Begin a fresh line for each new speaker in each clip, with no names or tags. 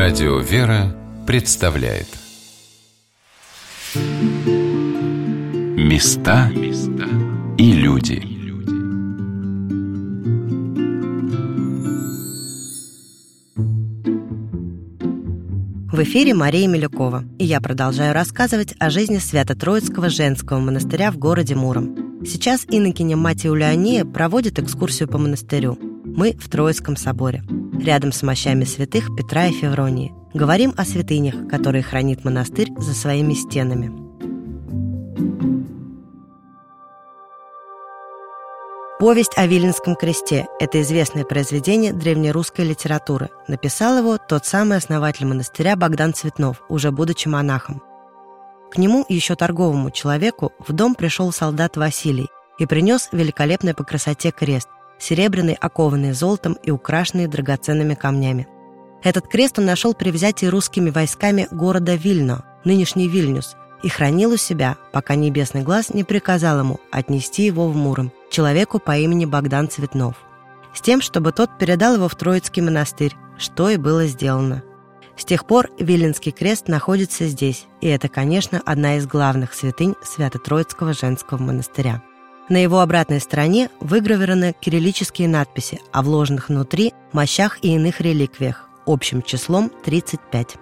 Радио «Вера» представляет Места и люди.
В эфире Мария Милюкова, и я продолжаю рассказывать о жизни Свято-Троицкого женского монастыря в городе Муром. Сейчас инокиня мать Иулиания проводит экскурсию по монастырю. Мы в Троицком соборе, рядом с мощами святых Петра и Февронии. Говорим о святынях, которые хранит монастырь за своими стенами. «Повесть о Виленском кресте» – это известное произведение древнерусской литературы. Написал его тот самый основатель монастыря Богдан Цветнов, уже будучи монахом. К нему, еще торговому человеку, в дом пришел солдат Василий и принес великолепный по красоте крест, серебряный, окованный золотом и украшенный драгоценными камнями. Этот крест он нашел при взятии русскими войсками города Вильно, нынешний Вильнюс, и хранил у себя, пока небесный глаз не приказал ему отнести его в Муром, человеку по имени Богдан Цветнов, с тем, чтобы тот передал его в Троицкий монастырь, что и было сделано. С тех пор Виленский крест находится здесь, и это, конечно, одна из главных святынь Свято-Троицкого женского монастыря. На его обратной стороне выгравированы кириллические надписи о вложенных внутри мощах и иных реликвиях, общим числом 35.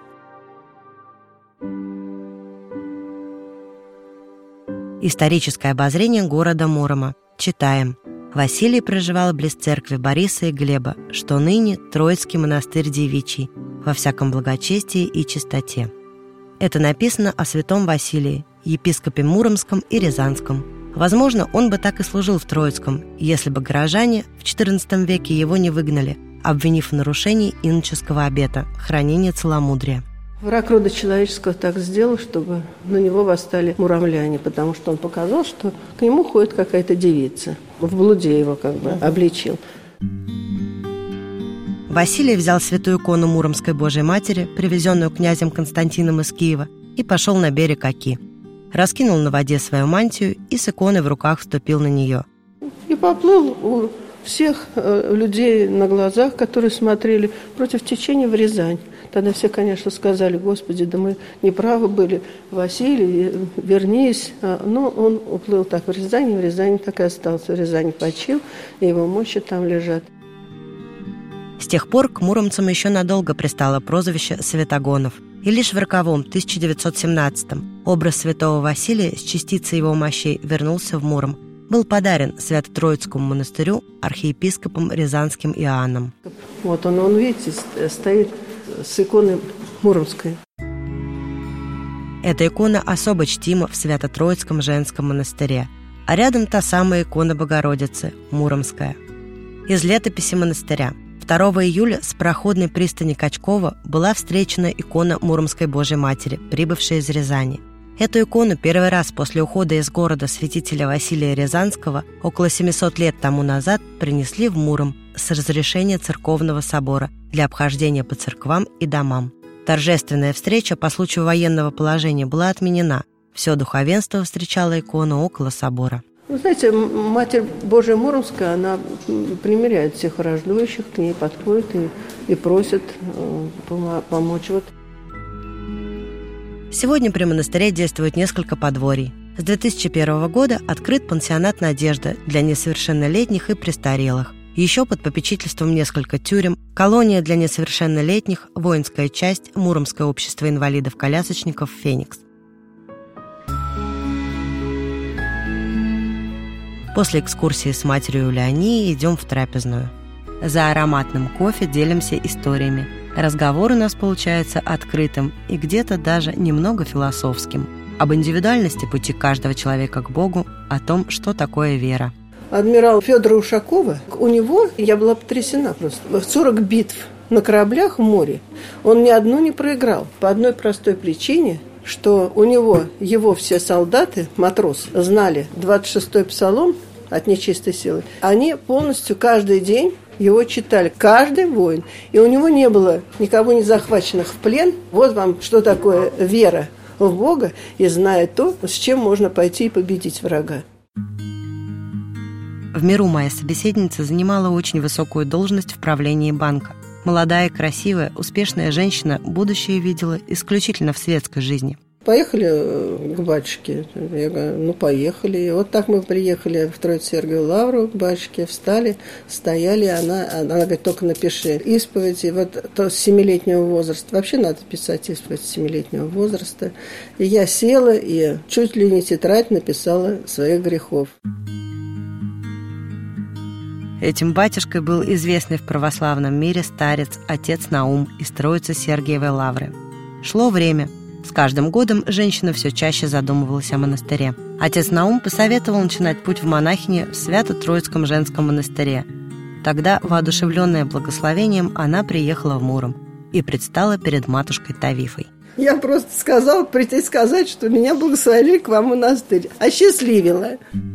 Историческое обозрение города Мурома. Читаем. Василий проживал близ церкви Бориса и Глеба, что ныне Троицкий монастырь девичий, во всяком благочестии и чистоте. Это написано о святом Василии, епископе Муромском и Рязанском. Возможно, он бы так и служил в Троицком, если бы горожане в XIV веке его не выгнали, обвинив в нарушении иноческого обета – хранения целомудрия.
Враг рода человеческого так сделал, чтобы на него восстали муромляне, потому что он показал, что к нему ходит какая-то девица. В блуде его обличил.
Василий взял святую икону Муромской Божией Матери, привезенную князем Константином из Киева, и пошел на берег Оки. Раскинул на воде свою мантию и с иконой в руках вступил на нее. И
поплыл у всех людей на глазах, которые смотрели, против течения в Рязань. Тогда все, конечно, сказали: «Господи, да мы неправы были, Василий, вернись». Но он уплыл так в Рязани так и остался. В Рязани почил, и его мощи там лежат.
С тех пор к муромцам еще надолго пристало прозвище «святогонов». И лишь в роковом 1917-м образ святого Василия с частицей его мощей вернулся в Муром. Был подарен Свято-Троицкому монастырю архиепископом Рязанским Иоанном.
Вот он, видите, стоит с иконой Муромской.
Эта икона особо чтима в Свято-Троицком женском монастыре, а рядом та самая икона Богородицы, Муромская. Из летописи монастыря. 2 июля с пароходной пристани Качкова была встречена икона Муромской Божией Матери, прибывшая из Рязани. Эту икону первый раз после ухода из города святителя Василия Рязанского около 700 лет тому назад принесли в Муром с разрешения церковного собора для обхождения по церквам и домам. Торжественная встреча по случаю военного положения была отменена. Все духовенство встречало икону около собора.
Вы знаете, Матерь Божия Муромская, она примиряет всех рождующих, к ней подходит и просит помочь.
Сегодня при монастыре действует несколько подворий. С 2001 года открыт пансионат «Надежда» для несовершеннолетних и престарелых. Еще под попечительством несколько тюрем, колония для несовершеннолетних, воинская часть, Муромское общество инвалидов-колясочников «Феникс». После экскурсии с матерью Иулианией идем в трапезную. За ароматным кофе делимся историями. Разговор у нас получается открытым и где-то даже немного философским. Об индивидуальности пути каждого человека к Богу, о том, что такое вера.
Адмирал Федора Ушакова, у него, я была потрясена просто, 40 битв на кораблях в море. Он ни одну не проиграл. По одной простой причине, что у него, его все солдаты, матросы, знали 26-й псалом от нечистой силы. Они полностью каждый день его читали, каждый воин. И у него не было никого не захваченных в плен. Вот вам, что такое вера в Бога, и зная то, с чем можно пойти и победить врага.
В миру моя собеседница занимала очень высокую должность в правлении банка. Молодая, красивая, успешная женщина будущее видела исключительно в светской жизни.
Поехали к батюшке. Я говорю, поехали. И вот так мы приехали в Троице-Сергиеву Лавру к батюшке, встали, стояли. Она говорит, только напиши исповедь. И вот то с 7-летнего возраста. Вообще надо писать исповедь с 7-летнего возраста. И я села и чуть ли не тетрадь написала своих грехов.
Этим батюшкой был известный в православном мире старец отец Наум из Троице-Сергиевой Лавры. Шло время. С каждым годом женщина все чаще задумывалась о монастыре. Отец Наум посоветовал начинать путь в монахини в Свято-Троицком женском монастыре. Тогда, воодушевленная благословением, она приехала в Муром и предстала перед матушкой Тавифой.
Я просто сказала прийти сказать, что меня благословили к вам в монастырь. Осчастливила.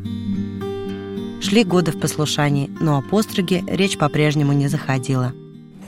Шли годы в послушании, но о постриге речь по-прежнему не заходила.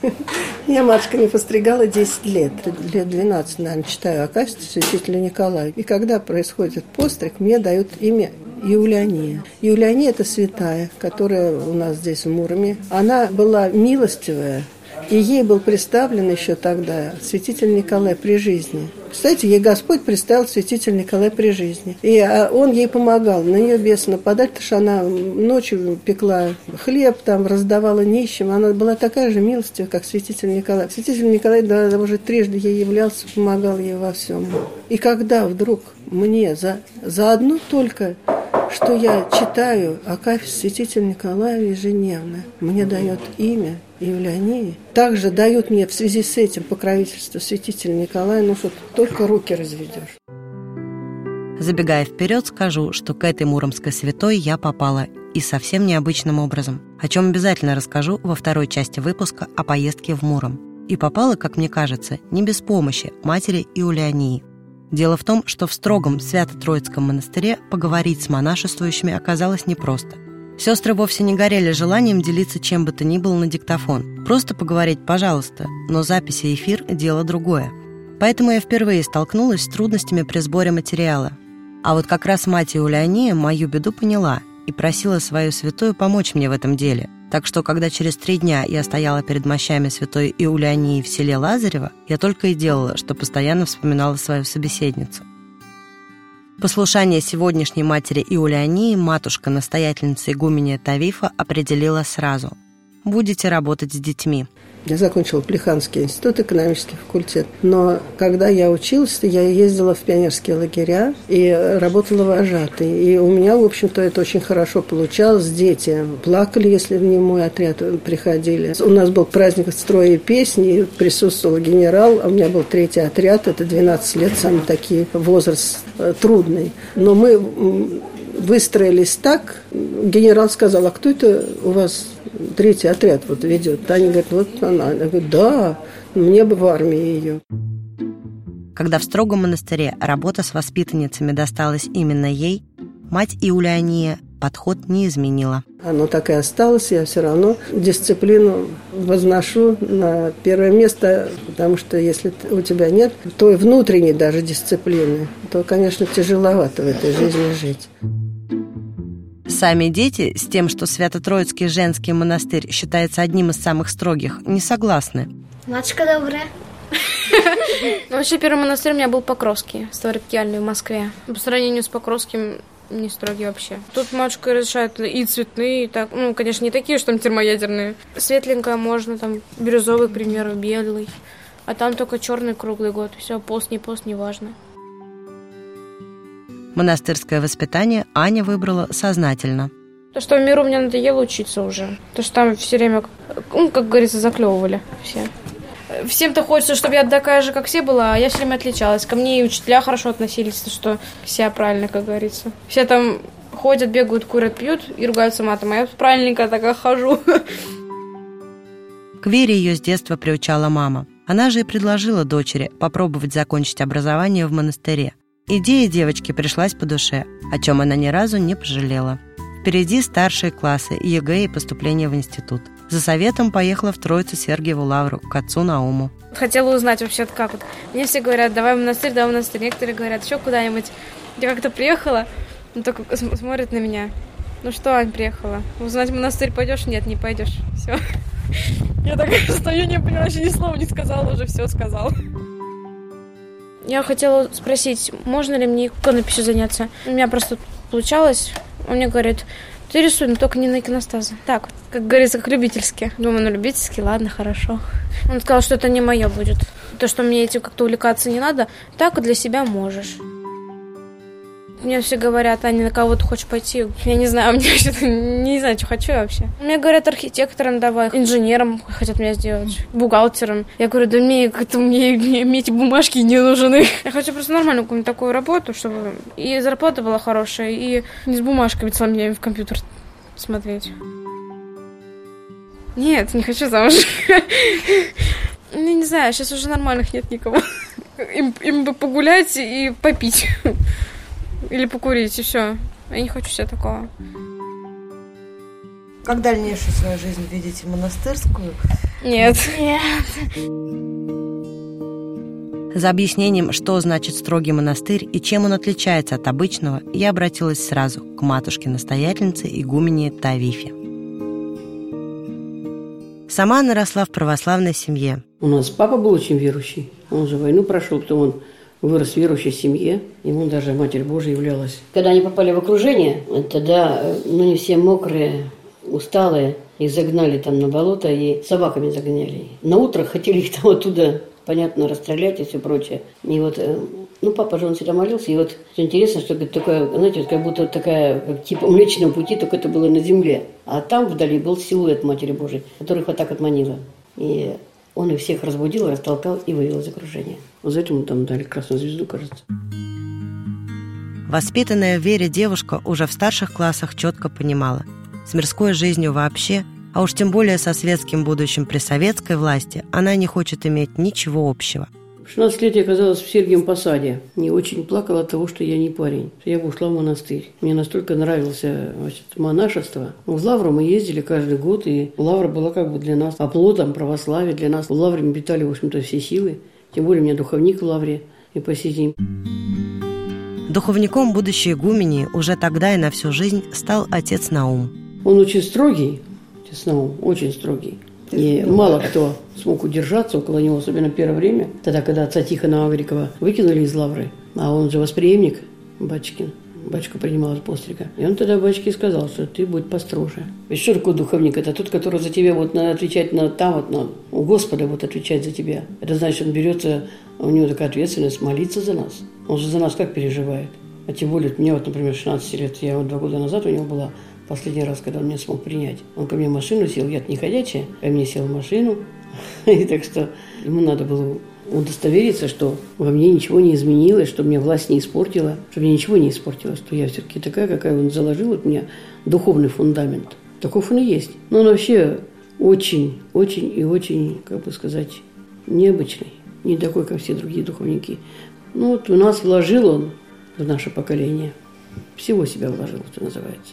Я, матушка, не постригала 10 лет. Лет 12, наверное, читаю Акафист святителя Николая. И когда происходит постриг, мне дают имя Еуляния. Еуляния – это святая, которая у нас здесь в Муроме. Она была милостивая, и ей был представлен еще тогда святитель Николай при жизни. Кстати, ей Господь представил святитель Николай при жизни. И он ей помогал, на нее бесы нападать, потому что она ночью пекла хлеб, там раздавала нищим. Она была такая же милостивая, как святитель Николай. Святитель Николай уже трижды ей являлся, помогал ей во всем. И когда вдруг мне за одно только, что я читаю Акафист святителя Николая ежедневно, мне дает имя Еуляния. Также дают мне в связи с этим покровительство святителя Николая, что только руки разведешь.
Забегая вперед, скажу, что к этой муромской святой я попала и совсем необычным образом, о чем обязательно расскажу во второй части выпуска о поездке в Муром. И попала, как мне кажется, не без помощи матери Еулянии. Дело в том, что в строгом Свято-Троицком монастыре поговорить с монашествующими оказалось непросто. Сестры вовсе не горели желанием делиться чем бы то ни было на диктофон. Просто поговорить, пожалуйста, но запись и эфир – дело другое. Поэтому я впервые столкнулась с трудностями при сборе материала. А вот как раз мать Еуляния мою беду поняла и просила свою святую помочь мне в этом деле. Так что, когда через 3 дня я стояла перед мощами святой Еулянии в селе Лазарево, я только и делала, что постоянно вспоминала свою собеседницу. Послушание сегодняшней матери Еулянии матушка-настоятельница игуменья Тавифа определила сразу. Будете работать с детьми.
Я закончила Плеханский институт, экономический факультет. Но когда я училась, я ездила в пионерские лагеря и работала вожатой. И у меня, в общем-то, это очень хорошо получалось. Дети плакали, если в мой отряд приходили. У нас был праздник строя и песни, присутствовал генерал, а у меня был 3-й отряд, это 12 лет, самый такой возраст трудный. Но мы выстроились так, генерал сказал, а кто это у вас 3-й отряд ведет? Они говорят, вот она. Я говорю, да, мне бы в армии ее.
Когда в строгом монастыре работа с воспитанницами досталась именно ей, мать Еуляния подход не изменила.
Оно так и осталось, я все равно дисциплину возношу на первое место, потому что если у тебя нет той внутренней даже дисциплины, то, конечно, тяжеловато в этой жизни жить.
Сами дети с тем, что Свято-Троицкий женский монастырь считается одним из самых строгих, не согласны.
Матушка добрая.
Вообще, первый монастырь у меня был Покровский, Старокиальный в Москве. По сравнению с Покровским не строгий вообще. Тут матушка разрешает и цветные, и так, конечно, не такие, что там термоядерные. Светленькое можно, там бирюзовый, к примеру, белый. А там только черный круглый год. Все, пост, не важно.
Монастырское воспитание Аня выбрала сознательно.
То, что в миру мне надоело учиться уже. То, что там все время, как говорится, заклевывали все. Всем-то хочется, чтобы я такая же, как все была, а я все время отличалась. Ко мне и учителя хорошо относились, что все правильно, как говорится. Все там ходят, бегают, курят, пьют и ругаются матом, а я правильненько такая хожу.
К вере ее с детства приучала мама. Она же и предложила дочери попробовать закончить образование в монастыре. Идея девочки пришлась по душе, о чем она ни разу не пожалела. Впереди старшие классы, ЕГЭ и поступление в институт. За советом поехала в Троице-Сергиеву Лавру к отцу Науму.
Хотела узнать вообще, как вот. Мне все говорят, давай в монастырь, давай в монастырь. Некоторые говорят, еще куда-нибудь. Я как-то приехала, он только смотрит на меня. Ну что, Ань, приехала? Узнать в монастырь пойдешь? Нет, не пойдешь. Все. Я так стою, не поняла, еще ни слова не сказала, уже все сказала. Я хотела спросить, можно ли мне иконописью заняться? У меня просто получалось. Он мне говорит, ты рисуй, но только не на иконостазы. Так, как говорится, как любительски. Думаю, ну любительски, ладно, хорошо. Он сказал, что это не мое будет. То, что мне этим как-то увлекаться не надо, так и для себя можешь. Мне все говорят, Аня, на кого ты хочешь пойти? Я не знаю, мне что-то не знаю, что хочу я вообще. Мне говорят, архитектором давай, инженером хотят меня сделать, бухгалтером. Я говорю, да мне эти бумажки не нужны. Я хочу просто нормальную какую-нибудь такую работу, чтобы и зарплата была хорошая, и не с бумажками целыми в компьютер смотреть. Нет, не хочу замуж. Не знаю, сейчас уже нормальных нет никого. Им бы погулять и попить. Или покурить, и все. Я не хочу себе такого.
Как дальнейшую свою жизнь видите? Монастырскую?
Нет.
За объяснением, что значит строгий монастырь и чем он отличается от обычного, я обратилась сразу к матушке-настоятельнице игумене Тавифе. Сама она росла в православной семье.
У нас папа был очень верующий. Он же войну прошел, потом он вырос в верующей семье. Ему даже Матерь Божия являлась. Когда они попали в окружение, тогда, не все мокрые, усталые, их загнали там на болото и собаками загоняли. На утро хотели их там оттуда, понятно, расстрелять и все прочее. И вот, папа же, он всегда молился. И вот, что интересно, что такое, знаете, как будто такая, как типа Млечного Пути, только это было на земле. А там вдали был силуэт Матери Божией, который их вот так вот манила. И он их всех разбудил, растолкал и вывел из окружения. Вот за этим там дали красную звезду, кажется.
Воспитанная в вере девушка уже в старших классах четко понимала, с мирской жизнью вообще, а уж тем более со светским будущим при советской власти, она не хочет иметь ничего общего.
В 16 лет я оказалась в Сергиевом Посаде. И очень плакала от того, что я не парень. Я бы ушла в монастырь. Мне настолько нравилось монашество. В Лавру мы ездили каждый год, и Лавра была как бы для нас оплотом православия. Для нас в Лавре мы питали, в общем-то, все силы. Тем более у меня духовник в Лавре и по сей день.
Духовником будущей игумени уже тогда и на всю жизнь стал отец Наум.
Он очень строгий, отец Наум, очень строгий. И мало кто смог удержаться около него, особенно в первое время, тогда, когда отца Тихона Аврикова выкинули из Лавры, а он же восприемник, батюшкин. Батюшка принимал от пострига. И он тогда батюшке сказал, что ты будь построже. Ведь что такое духовник? Это тот, который за тебя вот надо отвечать у Господа вот отвечать за тебя. Это значит, он берется, у него такая ответственность молиться за нас. Он же за нас как переживает. А тем более, мне вот, например, 16 лет, я вот 2 года назад у него была последний раз, когда он меня смог принять. Он ко мне в машину сел, я-то не ходячая, а мне сел в машину. И так что ему надо было удостовериться, что во мне ничего не изменилось, что мне власть не испортила, что мне ничего не испортилось, что я все-таки такая, какая он заложил от меня духовный фундамент. Таков он и есть. Но он вообще очень, очень и очень, как бы сказать, необычный. Не такой, как все другие духовники. Вот у нас вложил он в наше поколение. Всего себя вложил, что называется.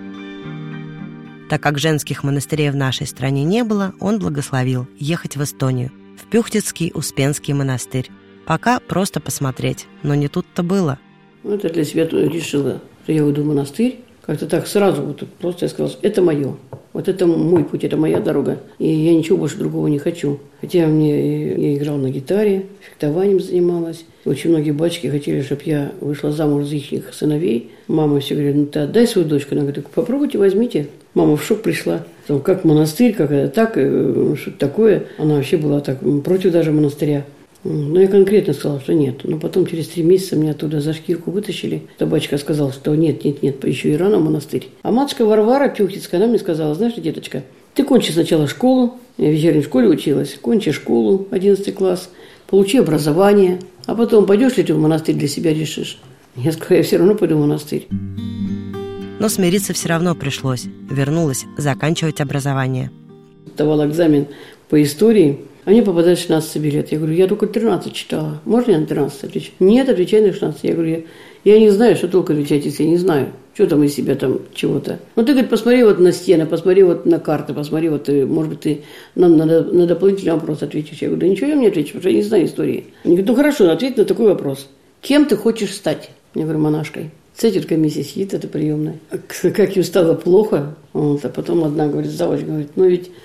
Так как женских монастырей в нашей стране не было, он благословил ехать в Эстонию, в Пюхтицкий Успенский монастырь. Пока просто посмотреть, но не тут-то было.
Это для себя решила, что я уйду в монастырь. Как-то так сразу, вот просто я сказала, это мое. Вот это мой путь, это моя дорога. И я ничего больше другого не хочу. Хотя я играл на гитаре, фехтованием занималась. Очень многие батюшки хотели, чтобы я вышла замуж за их сыновей. Мама все говорит, ты отдай свою дочку. Она говорит, попробуйте, возьмите. Мама в шок пришла. Как монастырь, как это так, что-то такое. Она вообще была так против даже монастыря. Но я конкретно сказала, что нет. Но потом через 3 месяца меня оттуда за шкирку вытащили. Батюшка сказал, что нет, еще и рано в монастырь. А матушка Варвара Пюхтицкая, она мне сказала, знаешь, деточка, ты кончи сначала школу, я в вечерней школе училась, кончи школу, 11 класс, получи образование, а потом пойдешь ли ты в монастырь, для себя решишь. Я сказала, я все равно пойду в монастырь.
Но смириться все равно пришлось. Вернулась заканчивать образование.
Давала экзамен по истории. А мне попадает 16 билет. Я говорю, я только 13 читала. Можно я на 13 отвечу? Нет, отвечай на 16. Я говорю, я не знаю, что толку отвечать, если я не знаю. Что там из себя там чего-то. Ну, ты, говорит, посмотри вот на стены, посмотри вот на карты, посмотри вот, может быть, ты нам на дополнительный вопрос ответишь. Я говорю, да ничего я мне отвечу, потому что я не знаю истории. Они говорят, ну хорошо, ответь на такой вопрос. Кем ты хочешь стать? Я говорю, монашкой. Цветет комиссия сидит, это приемная. Как им стало плохо. Вот, а потом одна говорит, завуч говорит, ну ведь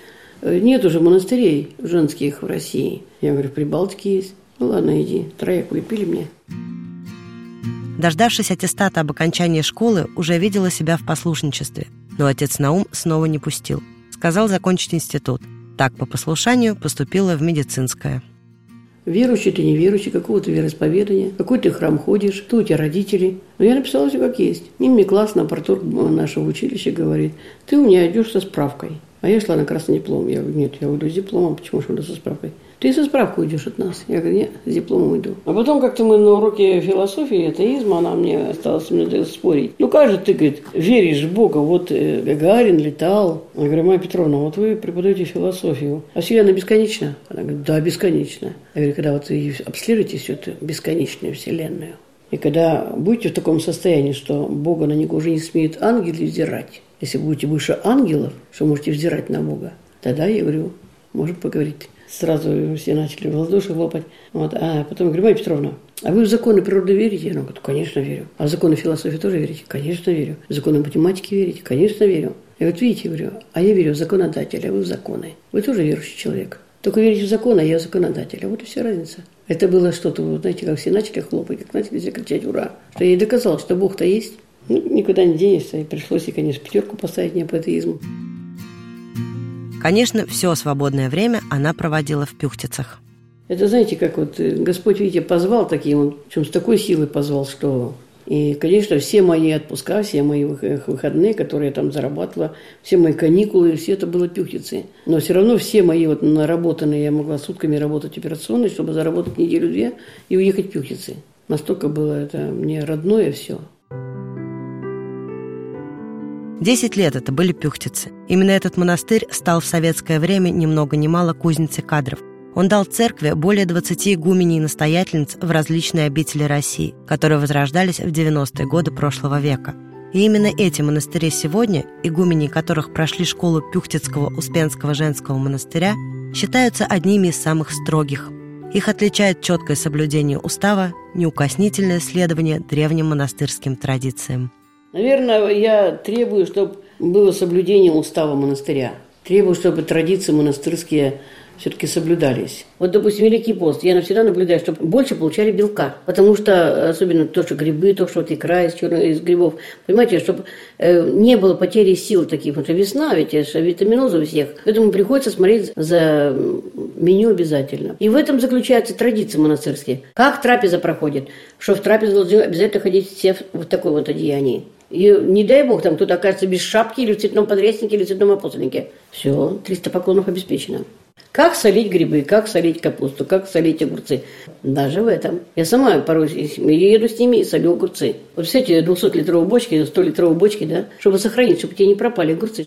Нет уже монастырей женских в России. Я говорю, в Прибалтике есть. Ну ладно, иди, трояк выпили мне.
Дождавшись аттестата об окончании школы, уже видела себя в послушничестве. Но отец Наум снова не пустил. Сказал закончить институт. Так, по послушанию, поступила в медицинское.
Верующий ты, не верующий, какого ты вероисповедания, какой ты храм ходишь, кто у тебя родители. Но я написала все как есть. И мне классно, парторг нашего училища говорит, ты у меня идешь со справкой. А я шла на красный диплом. Я говорю, нет, я уйду с дипломом, почему же уйду со справкой? Ты со справкой уйдешь от нас. Я говорю, нет, с дипломом иду. А потом как-то мы на уроке философии, атеизма, она мне осталась со мной спорить. Ну как же ты, говорит, веришь в Бога? Вот Гагарин летал. Я говорю, Майя Петровна, вот вы преподаете философию. А Вселенная бесконечна? Она говорит, да, бесконечна. Я говорю, когда вот вы обследуете всю эту бесконечную Вселенную, и когда будете в таком состоянии, что Бога на него уже не смеют ангелы взирать, если будете выше ангелов, что можете взирать на Бога, тогда, я говорю, можем поговорить. Сразу все начали в ладоши хлопать. Вот. А потом я говорю, Майя Петровна, а вы в законы природы верите? Она говорит, конечно, верю. А в законы философии тоже верите? Конечно, верю. В законы математики верите? Конечно, верю. Я вот видите, говорю, а я верю в законодателя, а вы в законы. Вы тоже верующий человек. Только верите в законы, а я в законодателя. Вот и вся разница. Это было что-то, вот, знаете, как все начали хлопать, как начали все кричать «Ура!». Что я ей доказал, что Бог-то есть. Ну, никуда не денешься. И пришлось, конечно, 5 поставить мне по атеизму.
Конечно, все свободное время она проводила в Пюхтицах.
Это, знаете, как вот Господь, видите, позвал таким, он причем с такой силой позвал, что... И, конечно, все мои отпуска, все мои выходные, которые я там зарабатывала, все мои каникулы, все это было Пюхтицы. Но все равно все мои вот наработанные, я могла сутками работать операционной, чтобы заработать неделю-две и уехать в Пюхтицы. Настолько было это мне родное все.
10 лет это были Пюхтицы. Именно этот монастырь стал в советское время ни много ни мало кузницей кадров. Он дал церкви более 20 игуменей и настоятельниц в различные обители России, которые возрождались в 90-е годы прошлого века. И именно эти монастыри сегодня, игумени которых прошли школу Пюхтицкого Успенского женского монастыря, считаются одними из самых строгих. Их отличает четкое соблюдение устава, неукоснительное следование древним монастырским традициям.
Наверное, я требую, чтобы было соблюдение устава монастыря. Требую, чтобы традиции монастырские все-таки соблюдались. Вот, допустим, Великий пост. Я навсегда наблюдаю, чтобы больше получали белка. Потому что, особенно то, что грибы, то, что вот икра из грибов. Понимаете, чтобы не было потери сил таких. Потому что весна, ведь это витаминоза у всех. Поэтому приходится смотреть за меню обязательно. И в этом заключаются традиции монастырские. Как трапеза проходит? Что в трапезу должны обязательно ходить все в такой вот одеянии. И не дай бог, там кто-то окажется без шапки или в цветном подряснике, или в цветном апостольнике. Все, 300 поклонов обеспечено. Как солить грибы, как солить капусту, как солить огурцы. Даже в этом. Я сама порой еду с ними и солю огурцы. Вот все эти 200-литровые бочки, 100-литровые бочки, да, чтобы сохранить, чтобы те не пропали огурцы.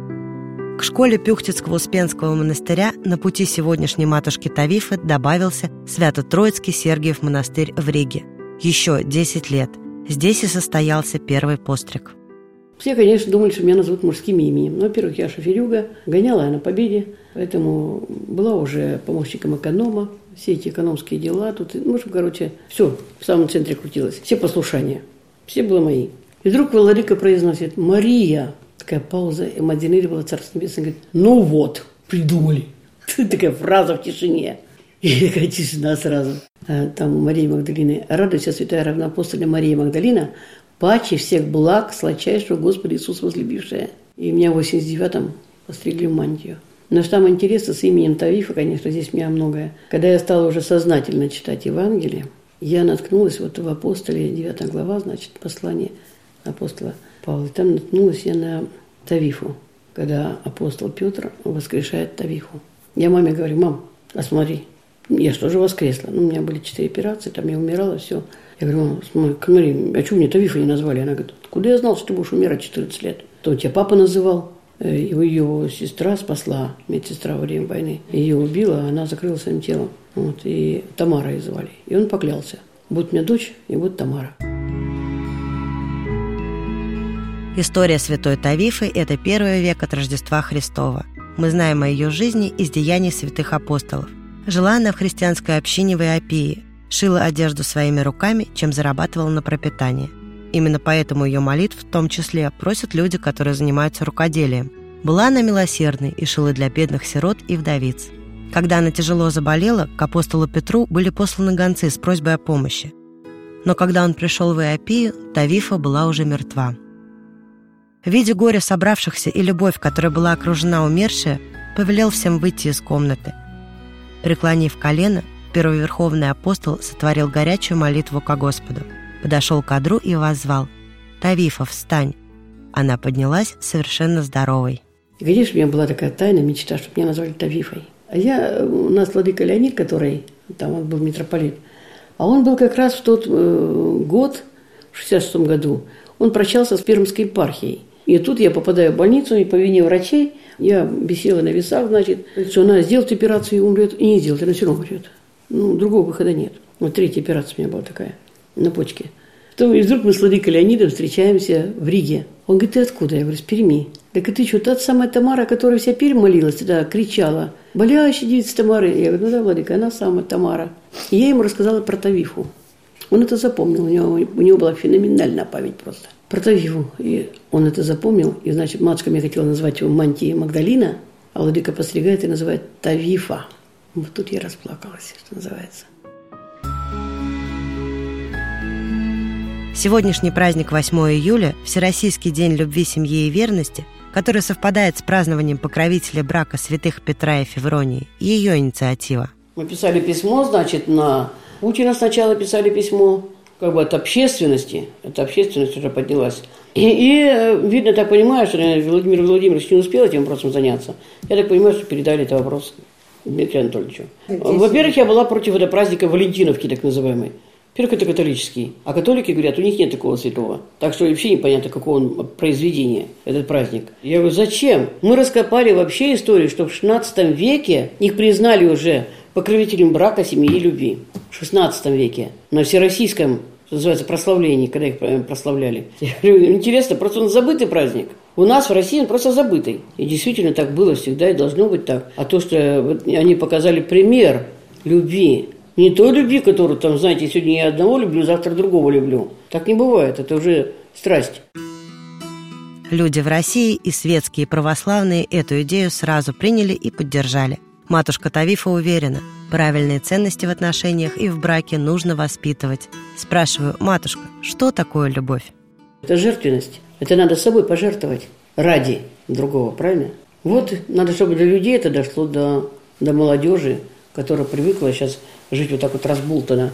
К школе Пюхтицкого Успенского монастыря на пути сегодняшней матушки Тавифы добавился Свято-Троицкий Сергиев монастырь в Риге. Еще 10 лет. Здесь и состоялся первый постриг.
Все, конечно, думали, что меня назовут мужским именем. Но, во-первых, я шоферюга, гоняла я на Победе, поэтому была уже помощником эконома. Все эти экономские дела тут, ну, короче, все в самом центре крутилось. Все послушания, все было мои. И вдруг владыка произносит: «Мария». Такая пауза, и Мадинель была Царство Небесное, говорит: «Ну вот, придумали». Такая фраза в тишине. И такая тишина сразу. А там у Марии Магдалины: «Радуйся, святая равноапостольная Мария Магдалина, паче всех благ сладчайшего Господа Иисуса возлюбившая». И меня в 89-м постригли в мантию. Но что там интересно, с именем Тавифа, конечно, здесь у меня многое. Когда я стала уже сознательно читать Евангелие, я наткнулась вот в апостоле, 9 глава, значит, послание апостола Павла. И там наткнулась я на Тавифу, когда апостол Петр воскрешает Тавифу. Я маме говорю: «Мам, а смотри, я же тоже воскресла». Ну, у меня были 4 операции, там я умирала, все. Я говорю: «Мам, смотри, а что мне Тавифа не назвали?» Она говорит: «Куда я знал, что ты будешь умирать 14 лет? То тебя папа называл». Ее сестра спасла, медсестра во время войны. Ее убила, она закрыла своим телом. Вот, и Тамара ее звали. И он поклялся: «Будет у меня дочь, и будет Тамара».
История святой Тавифы – это 1 век от Рождества Христова. Мы знаем о ее жизни из деяний святых апостолов. Жила она в христианской общине в Иопии, шила одежду своими руками, чем зарабатывала на пропитание. Именно поэтому ее молитв в том числе просят люди, которые занимаются рукоделием. Была она милосердной и шила для бедных сирот и вдовиц. Когда она тяжело заболела, к апостолу Петру были посланы гонцы с просьбой о помощи. Но когда он пришел в Иопию, Тавифа была уже мертва. Видя горе собравшихся и любовь, которой была окружена умершая, повелел всем выйти из комнаты. Преклонив колено, первоверховный апостол сотворил горячую молитву ко Господу, подошел к одру и воззвал: «Тавифа, встань!» Она поднялась совершенно здоровой.
И, конечно, у меня была такая тайная мечта, чтобы меня назвали Тавифой. У нас владыка Леонид, который, там он был митрополит, а он был как раз в тот год, в 66 году, он прощался с Пермской епархией. И тут я попадаю в больницу, и по вине врачей я висела на весах, значит, что она сделает операцию и умрет, и не сделает, она все равно умрет. Другого выхода нет. Вот третья операция у меня была такая, на почке. И вдруг мы с владыкой Леонидом встречаемся в Риге. Он говорит: ты откуда? Я говорю: с Перми. Так и ты что, та самая Тамара, которая вся Пермь молилась, тогда кричала: болящая девица Тамары. Я говорю: ну да, владыка, она самая Тамара. И я ему рассказала про Тавифу. Он это запомнил, у него была феноменальная память просто. Про Тавифу. И он это запомнил, и, значит, матушка мне хотела назвать его Мантия Магдалина, а владыка постригает и называет Тавифа. Вот тут я расплакалась, что называется.
Сегодняшний праздник 8 июля, Всероссийский день любви, семьи и верности, который совпадает с празднованием покровителя брака святых Петра и Февронии, ее инициатива.
Мы писали письмо, значит, на Путина сначала писали письмо, как бы от общественности. Эта общественность уже поднялась. И видно, так понимаю, что Владимир Владимирович не успел этим вопросом заняться. Я так понимаю, что передали этот вопрос Дмитрию Анатольевичу. Во-первых, я была против этого праздника Валентиновки, так называемой. Во-первых, это католический. А католики говорят, у них нет такого святого. Так что вообще непонятно, какого он произведения, этот праздник. Я говорю: зачем? Мы раскопали вообще историю, что в 16 веке их признали уже покровителем брака, семьи и любви. В 16 веке. На всероссийском, что называется, прославлении, когда их прославляли. Я говорю: интересно, просто он забытый праздник. У нас в России он просто забытый. И действительно так было всегда и должно быть так. А то, что вот они показали пример любви, не той любви, которую, там, знаете, сегодня я одного люблю, завтра другого люблю. Так не бывает, это уже страсть.
Люди в России, и светские, и православные, эту идею сразу приняли и поддержали. Матушка Тавифа уверена, правильные ценности в отношениях и в браке нужно воспитывать. Спрашиваю: матушка, что такое любовь?
Это жертвенность. Это надо собой пожертвовать ради другого, правильно? Вот надо, чтобы до людей это дошло, до молодежи, которая привыкла сейчас жить вот так вот разбултано.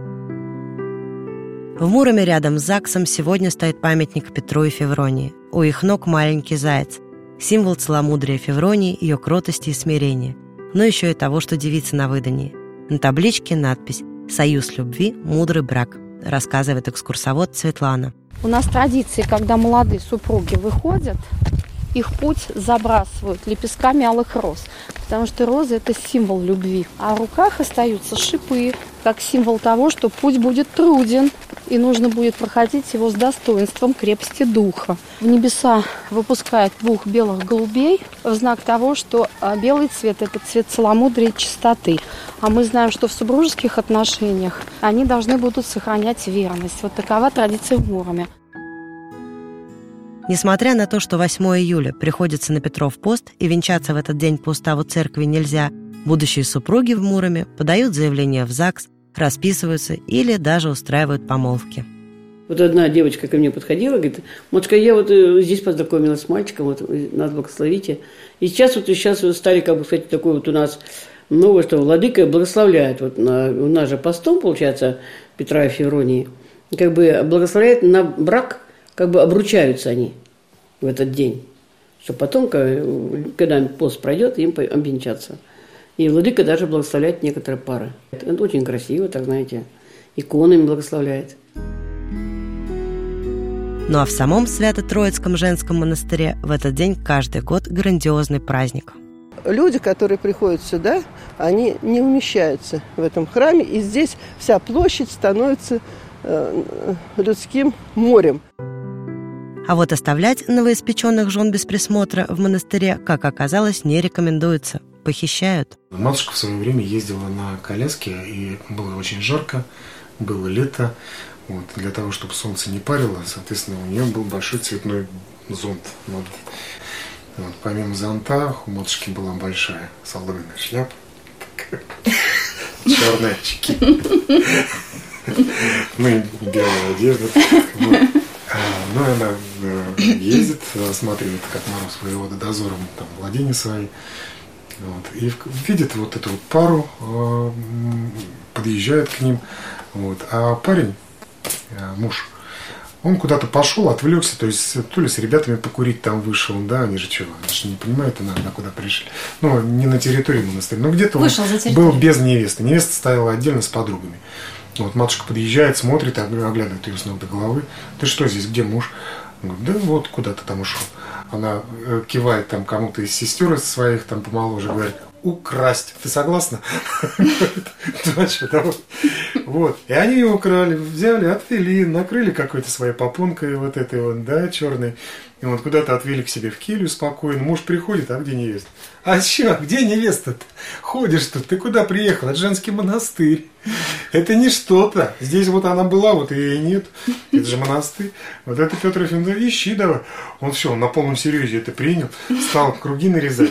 В Муроме рядом с ЗАГСом сегодня стоит памятник Петру и Февронии. У их ног маленький заяц, символ целомудрия Февронии, ее кротости и смирения, но еще и того, что девица на выдании. На табличке надпись «Союз любви, мудрый брак», рассказывает экскурсовод Светлана.
У нас традиции, когда молодые супруги выходят, их путь забрасывают лепестками алых роз, потому что розы – это символ любви. А в руках остаются шипы, как символ того, что путь будет труден, и нужно будет проходить его с достоинством, крепости духа. В небеса выпускают 2 белых голубей в знак того, что белый цвет – это цвет целомудрия и чистоты. А мы знаем, что в супружеских отношениях они должны будут сохранять верность. Вот такова традиция в Муроме.
Несмотря на то, что 8 июля приходится на Петров пост и венчаться в этот день по уставу церкви нельзя, будущие супруги в Муроме подают заявление в ЗАГС, расписываются или даже устраивают помолвки.
Вот одна девочка ко мне подходила, говорит: матушка, я вот здесь познакомилась с мальчиком, вот нас благословите. И сейчас стали, как бы сказать, такой вот у нас новое, что владыка благословляет. Вот у нас же постом, получается, Петра и Февронии, как бы благословляет на брак, как бы обручаются они в этот день, чтобы потом, когда пост пройдет, им обвенчаться. И владыка даже благословляет некоторые пары. Это очень красиво, так знаете, иконами благословляет.
Ну а в самом Свято-Троицком женском монастыре в этот день каждый год грандиозный праздник.
Люди, которые приходят сюда, они не умещаются в этом храме, и здесь вся площадь становится людским морем.
А вот оставлять новоиспеченных жен без присмотра в монастыре, как оказалось, не рекомендуется. Похищают.
Матушка в свое время ездила на коляске, и было очень жарко, было лето. Вот, для того, чтобы солнце не парило, соответственно, у нее был большой цветной зонт. Вот. Вот, помимо зонта, у матушки была большая соломенная шляпа. Черные очки. Ну и белая одежда. Ну, она ездит, осматривает, как Мороз воевода дозором там владения свои. Вот, и видит вот эту вот пару, подъезжает к ним. Вот, а парень, муж, он куда-то пошел, отвлекся, то есть то ли с ребятами покурить там вышел, да, они же что, они же не понимают, наверное, куда пришли. Ну, не на территории монастыря, но где-то он был без невесты. Невеста стояла отдельно с подругами. Вот матушка подъезжает, смотрит, оглядывает ее с ног до головы. Ты что здесь, где муж? Он говорит, да вот куда-то там ушел. Она кивает там кому-то из сестер своих, там помоложе, говорит, украсть. Ты согласна? Вот. И они ее украли, взяли, отвели, накрыли какой-то своей попонкой вот этой вот, да, черной. И вот куда-то отвели к себе в келью спокойно. Муж приходит, а где невеста? А что, где невеста-то? Ходишь тут, ты куда приехал? Это женский монастырь. Это не что-то. Здесь вот она была, вот ее и нет. Это же монастырь. Вот это Петр Ефимович, да, ищи давай. Он все, он на полном серьезе это принял. Стал круги нарезать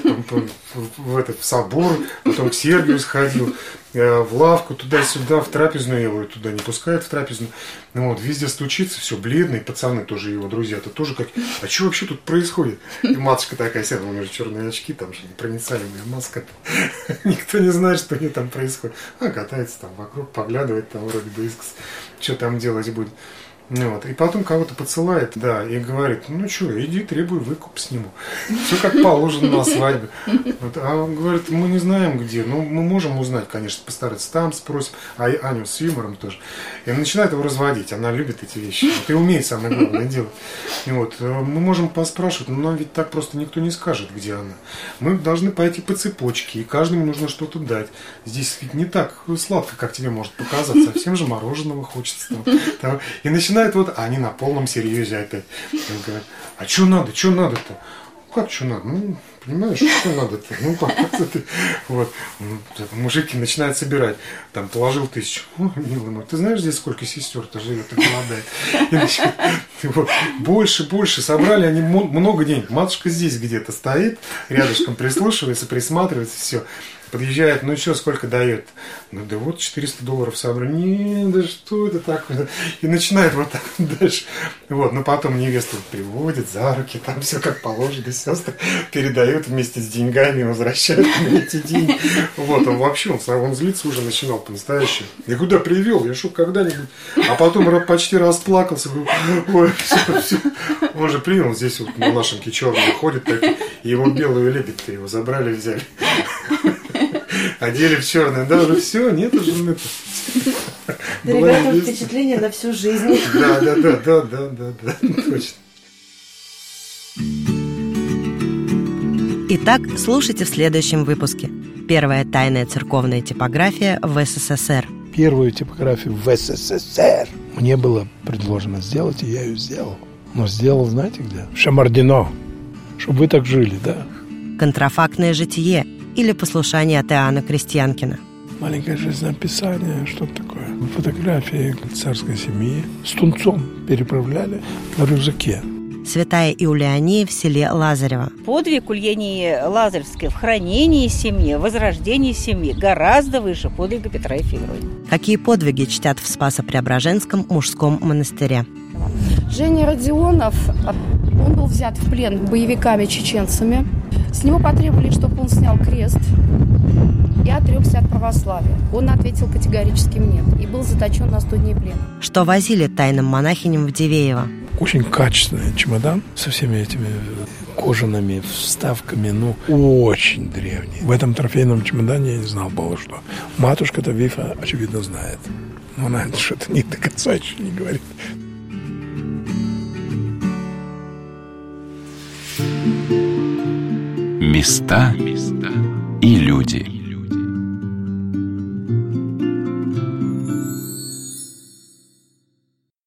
в собор, потом к Сергию сходил, в лавку, туда-сюда, в трапезную, его туда не пускают в трапезную. Ну вот, везде стучится, все, бледный, пацаны тоже, его друзья-то тоже как, а что вообще тут происходит? И матушка такая села, у нее же черные очки, там же непроницаемая маска. Никто не знает, что у нее там происходит. А катается там вокруг, поглядывает там вроде бы искос, что там делать будет. Ну, вот. И потом кого-то подсылает, да, и говорит, ну что, иди, требуй выкуп сниму. Все как положено на свадьбе. Вот. А он говорит, мы не знаем где, ну мы можем узнать, конечно, постараться, там спросим, а Аню с юмором тоже. И начинает его разводить, она любит эти вещи, вот, и умеет самое главное делать. И вот, мы можем поспрашивать, но нам ведь так просто никто не скажет, где она. Мы должны пойти по цепочке, и каждому нужно что-то дать. Здесь ведь не так сладко, как тебе может показаться, совсем же мороженого хочется. Там. И начинает вот, а они на полном серьезе опять. Он говорит, а что надо-то? Как что надо? Ну, понимаешь, что надо-то? Ну, как-то ты... Вот. Мужики начинают собирать. Там, положил 1000. О, милый мой, ты знаешь, здесь сколько сестер-то живет и голодает? И вот, больше. Собрали они много денег. Матушка здесь где-то стоит, рядышком прислушивается, присматривается, все. Подъезжает, ну что, сколько дает? Ну да вот $400 собрали. Не, да что это такое? И начинает вот так дальше. Вот, но потом невесту приводит за руки, там все как положено, сестры передают вместе с деньгами, возвращают эти деньги. Вот, он вообще, он злиться уже начинал по-настоящему. Я куда привел? Я что, когда-нибудь? А потом почти расплакался. Ой, все. Он же принял, здесь вот на нашем черный ходит, так, и его белую лебедь-то его забрали, взяли. Одели в черное, да, уже все, нет уже это.
Да, ребята, впечатление на всю жизнь.
Да, точно.
Итак, слушайте в следующем выпуске. Первая тайная церковная типография в СССР.
Первую типографию в СССР мне было предложено сделать, и я ее сделал. Но сделал, знаете где? В Шамардино. Чтобы вы так жили, да?
Контрафактное житие или послушание от Иоанна Крестьянкина.
Маленькое жизнеописание, что-то такое. Фотографии царской семьи с тунцом переправляли на рюкзаке.
Святая Иулиания в селе Лазарево.
Подвиг Ульянии Лазаревской в хранении семьи, возрождении семьи гораздо выше подвига Петра Ефимовича.
Какие подвиги чтят в Спасо-Преображенском мужском монастыре?
Женя Родионов, он был взят в плен боевиками-чеченцами. С него потребовали, чтобы он снял крест и отрекся от православия. Он ответил категорическим нет и был заточен на 100 дней плена.
Что возили тайным монахиням в Дивеево?
Очень качественный чемодан со всеми этими кожаными вставками, ну, очень древний. В этом трофейном чемодане я не знал было, что. Матушка-то Вифа, очевидно, знает. Но она что-то не до конца еще не говорит.
Места и люди.